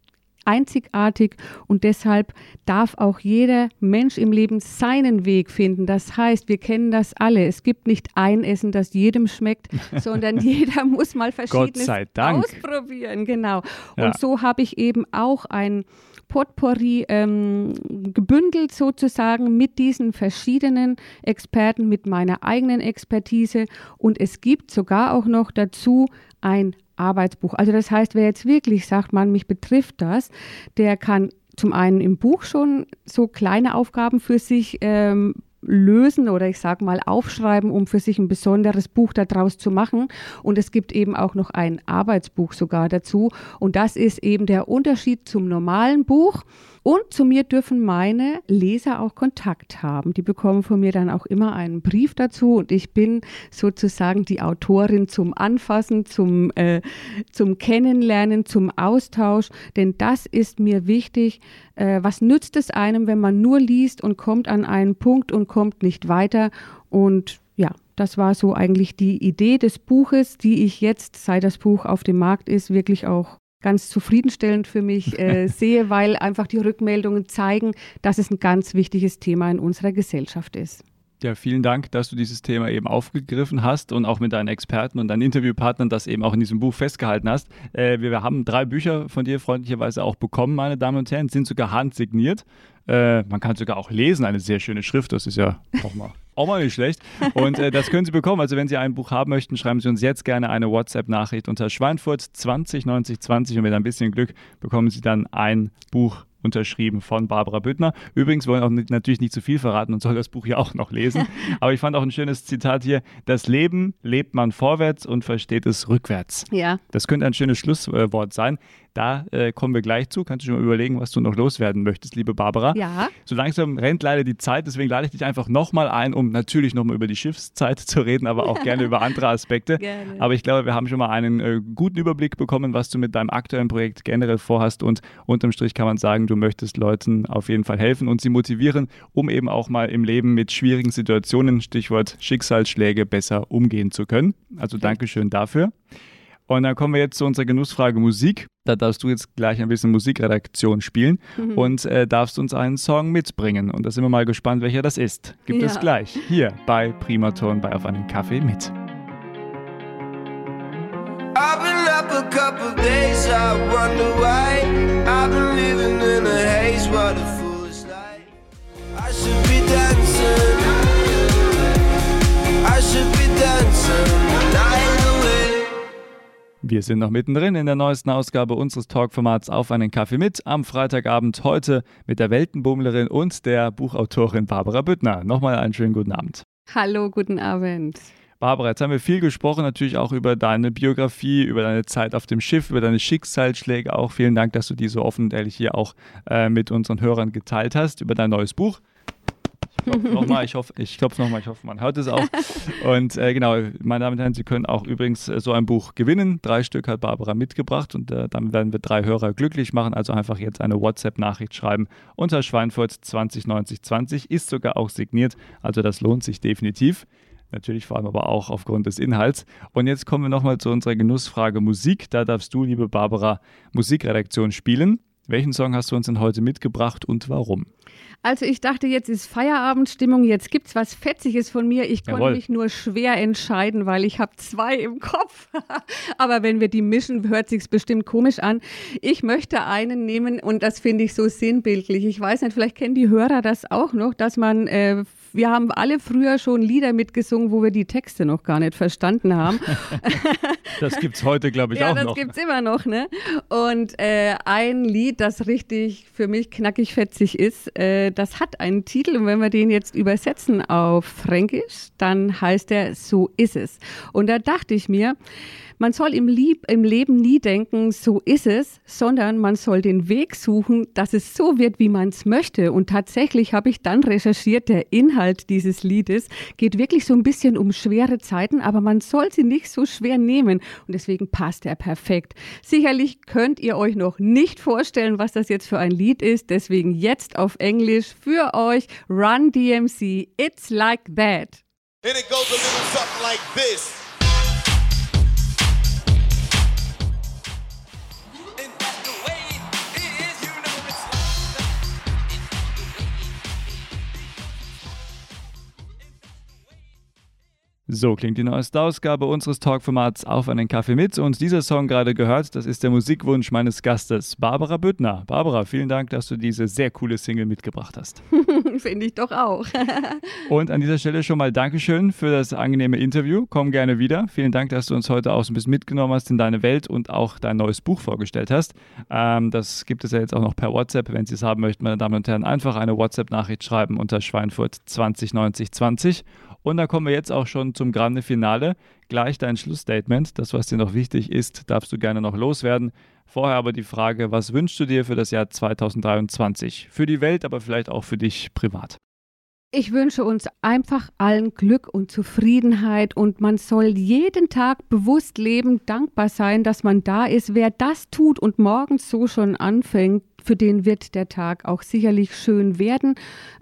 einzigartig und deshalb darf auch jeder Mensch im Leben seinen Weg finden. Das heißt, wir kennen das alle. Es gibt nicht ein Essen, das jedem schmeckt, sondern jeder muss mal Verschiedenes ausprobieren. Genau. Ja. Und so habe ich eben auch ein Potpourri ähm, gebündelt sozusagen mit diesen verschiedenen Experten, mit meiner eigenen Expertise und es gibt sogar auch noch dazu ein Arbeitsbuch. Also das heißt, wer jetzt wirklich sagt, man, mich betrifft das, der kann zum einen im Buch schon so kleine Aufgaben für sich ähm, lösen oder ich sage mal aufschreiben, um für sich ein besonderes Buch daraus zu machen. Und es gibt eben auch noch ein Arbeitsbuch sogar dazu. Und das ist eben der Unterschied zum normalen Buch. Und zu mir dürfen meine Leser auch Kontakt haben. Die bekommen von mir dann auch immer einen Brief dazu und ich bin sozusagen die Autorin zum Anfassen, zum, äh, zum Kennenlernen, zum Austausch. Denn das ist mir wichtig. Äh, was nützt es einem, wenn man nur liest und kommt an einen Punkt und kommt nicht weiter? Und ja, das war so eigentlich die Idee des Buches, die ich jetzt, seit das Buch auf dem Markt ist, wirklich auch ganz zufriedenstellend für mich äh, sehe, weil einfach die Rückmeldungen zeigen, dass es ein ganz wichtiges Thema in unserer Gesellschaft ist. Ja, vielen Dank, dass du dieses Thema eben aufgegriffen hast und auch mit deinen Experten und deinen Interviewpartnern das eben auch in diesem Buch festgehalten hast. Äh, wir, wir haben drei Bücher von dir freundlicherweise auch bekommen, meine Damen und Herren, sind sogar handsigniert. Äh, man kann sogar auch lesen, eine sehr schöne Schrift, das ist ja auch mal, auch mal nicht schlecht. Und äh, das können Sie bekommen. Also wenn Sie ein Buch haben möchten, schreiben Sie uns jetzt gerne eine WhatsApp-Nachricht unter Schweinfurt zwanzig neunzig zwanzig und mit ein bisschen Glück bekommen Sie dann ein Buch unterschrieben von Barbara Büttner. Übrigens wollen wir auch nicht, natürlich nicht zu viel verraten und soll das Buch ja auch noch lesen. Aber ich fand auch ein schönes Zitat hier. Das Leben lebt man vorwärts und versteht es rückwärts. Ja. Das könnte ein schönes Schlusswort sein. Da äh, kommen wir gleich zu. Kannst du schon mal überlegen, was du noch loswerden möchtest, liebe Barbara? Ja. So langsam rennt leider die Zeit, deswegen lade ich dich einfach nochmal ein, um natürlich nochmal über die Schiffszeit zu reden, aber auch gerne über andere Aspekte. Gerne. Aber ich glaube, wir haben schon mal einen äh, guten Überblick bekommen, was du mit deinem aktuellen Projekt generell vorhast und unterm Strich kann man sagen, du möchtest Leuten auf jeden Fall helfen und sie motivieren, um eben auch mal im Leben mit schwierigen Situationen, Stichwort Schicksalsschläge, besser umgehen zu können. Also okay. Dankeschön dafür. Und dann kommen wir jetzt zu unserer Genussfrage Musik. Da darfst du jetzt gleich ein bisschen Musikredaktion spielen mhm. und äh, darfst uns einen Song mitbringen. Und da sind wir mal gespannt, welcher das ist. Gibt ja. es gleich hier bei Primaton bei Auf einen Kaffee mit. I've been days I wonder why I've been living in a haze, what a foolish life. I should be dancing, I should be dancing the night away. Wir sind noch mittendrin in der neuesten Ausgabe unseres Talkformats Auf einen Kaffee mit am Freitagabend, heute mit der Weltenbummlerin und der Buchautorin Barbara Büttner. Nochmal einen schönen guten Abend. Hallo, guten Abend. Barbara, jetzt haben wir viel gesprochen, natürlich auch über deine Biografie, über deine Zeit auf dem Schiff, über deine Schicksalsschläge auch. Vielen Dank, dass du die so offen und ehrlich hier auch äh, mit unseren Hörern geteilt hast, über dein neues Buch. Ich klopfe nochmal, ich hoffe, ich klopfe nochmal, ich hoffe, man hört es auch. Und äh, genau, meine Damen und Herren, Sie können auch übrigens äh, so ein Buch gewinnen. Drei Stück hat Barbara mitgebracht und äh, damit werden wir drei Hörer glücklich machen. Also einfach jetzt eine WhatsApp-Nachricht schreiben unter Schweinfurt zwanzig neunzig zwanzig, ist sogar auch signiert, also das lohnt sich definitiv. Natürlich vor allem aber auch aufgrund des Inhalts. Und jetzt kommen wir nochmal zu unserer Genussfrage Musik. Da darfst du, liebe Barbara, Musikredaktion spielen. Welchen Song hast du uns denn heute mitgebracht und warum? Also ich dachte, jetzt ist Feierabendstimmung, jetzt gibt es was Fetziges von mir. Ich konnte Jawohl. mich nur schwer entscheiden, weil ich habe zwei im Kopf. Aber wenn wir die mischen, hört sich's bestimmt komisch an. Ich möchte einen nehmen und das finde ich so sinnbildlich. Ich weiß nicht, vielleicht kennen die Hörer das auch noch, dass man... Äh, Wir haben alle früher schon Lieder mitgesungen, wo wir die Texte noch gar nicht verstanden haben. Das gibt es heute, glaube ich, ja, auch das noch. Das gibt es immer noch, ne? Und äh, ein Lied, das richtig für mich knackig fetzig ist, äh, das hat einen Titel. Und wenn wir den jetzt übersetzen auf Fränkisch, dann heißt er So ist es. Und da dachte ich mir, man soll im, Lieb, im Leben nie denken, so ist es, sondern man soll den Weg suchen, dass es so wird, wie man es möchte. Und tatsächlich habe ich dann recherchiert, der Inhalt dieses Liedes geht wirklich so ein bisschen um schwere Zeiten, aber man soll sie nicht so schwer nehmen. Und deswegen passt er perfekt. Sicherlich könnt ihr euch noch nicht vorstellen, was das jetzt für ein Lied ist. Deswegen jetzt auf Englisch für euch Run D M C, It's Like That. And it goes a little something like this. So klingt die neueste Ausgabe unseres Talkformats Auf einen Kaffee mit. Und dieser Song gerade gehört, das ist der Musikwunsch meines Gastes, Barbara Büttner. Barbara, vielen Dank, dass du diese sehr coole Single mitgebracht hast. Finde ich doch auch. Und an dieser Stelle schon mal Dankeschön für das angenehme Interview. Komm gerne wieder. Vielen Dank, dass du uns heute auch so ein bisschen mitgenommen hast in deine Welt und auch dein neues Buch vorgestellt hast. Ähm, das gibt es ja jetzt auch noch per WhatsApp. Wenn Sie es haben möchten, meine Damen und Herren, einfach eine WhatsApp-Nachricht schreiben unter Schweinfurt zwanzig neunzig zwanzig. Und dann kommen wir jetzt auch schon zum Grande Finale. Gleich dein Schlussstatement. Das, was dir noch wichtig ist, darfst du gerne noch loswerden. Vorher aber die Frage, was wünschst du dir für das Jahr zwanzig dreiundzwanzig? Für die Welt, aber vielleicht auch für dich privat. Ich wünsche uns einfach allen Glück und Zufriedenheit und man soll jeden Tag bewusst leben, dankbar sein, dass man da ist. Wer das tut und morgens so schon anfängt, für den wird der Tag auch sicherlich schön werden.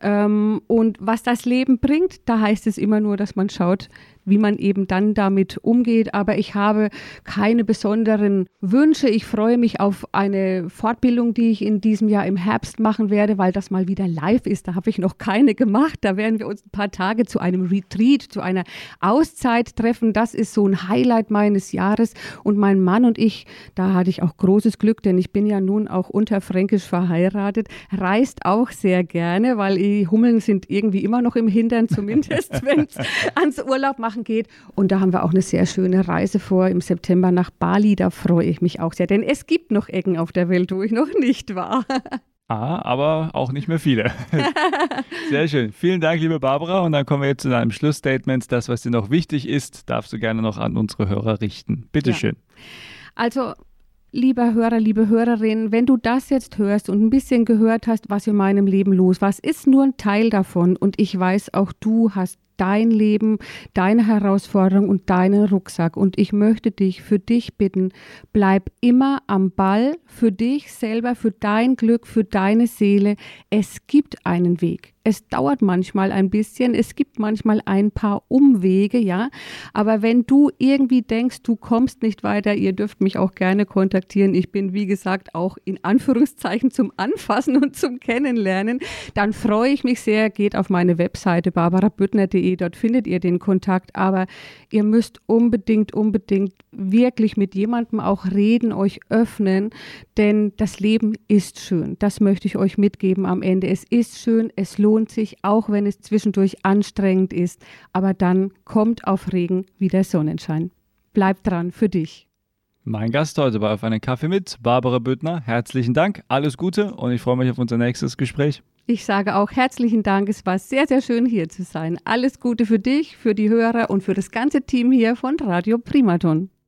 Und was das Leben bringt, da heißt es immer nur, dass man schaut, wie man eben dann damit umgeht. Aber ich habe keine besonderen Wünsche. Ich freue mich auf eine Fortbildung, die ich in diesem Jahr im Herbst machen werde, weil das mal wieder live ist. Da habe ich noch keine gemacht. Da werden wir uns ein paar Tage zu einem Retreat, zu einer Auszeit treffen. Das ist so ein Highlight meines Jahres. Und mein Mann und ich, da hatte ich auch großes Glück, denn ich bin ja nun auch unterfränkisch verheiratet, reist auch sehr gerne, weil die Hummeln sind irgendwie immer noch im Hintern, zumindest wenn es ans Urlaub machen geht. Und da haben wir auch eine sehr schöne Reise vor im September nach Bali. Da freue ich mich auch sehr, denn es gibt noch Ecken auf der Welt, wo ich noch nicht war. Ah, aber auch nicht mehr viele. Sehr schön. Vielen Dank, liebe Barbara. Und dann kommen wir jetzt zu deinem Schlussstatement. Das, was dir noch wichtig ist, darfst du gerne noch an unsere Hörer richten. Bitte schön. Ja. Also, lieber Hörer, liebe Hörerin, wenn du das jetzt hörst und ein bisschen gehört hast, was in meinem Leben los war, es ist nur ein Teil davon und ich weiß, auch du hast dein Leben, deine Herausforderung und deinen Rucksack. Und ich möchte dich, für dich bitten, bleib immer am Ball, für dich selber, für dein Glück, für deine Seele. Es gibt einen Weg. Es dauert manchmal ein bisschen, es gibt manchmal ein paar Umwege, ja. Aber wenn du irgendwie denkst, du kommst nicht weiter, ihr dürft mich auch gerne kontaktieren. Ich bin, wie gesagt, auch in Anführungszeichen zum Anfassen und zum Kennenlernen. Dann freue ich mich sehr, geht auf meine Webseite barbara büttner punkt de www. Dort findet ihr den Kontakt. Aber ihr müsst unbedingt, unbedingt wirklich mit jemandem auch reden, euch öffnen, denn das Leben ist schön. Das möchte ich euch mitgeben am Ende. Es ist schön, es lohnt sich, auch wenn es zwischendurch anstrengend ist. Aber dann kommt auf Regen wieder Sonnenschein. Bleibt dran für dich. Mein Gast heute war Auf einen Kaffee mit, Barbara Büttner. Herzlichen Dank, alles Gute und ich freue mich auf unser nächstes Gespräch. Ich sage auch herzlichen Dank, es war sehr, sehr schön hier zu sein. Alles Gute für dich, für die Hörer und für das ganze Team hier von Radio Primaton.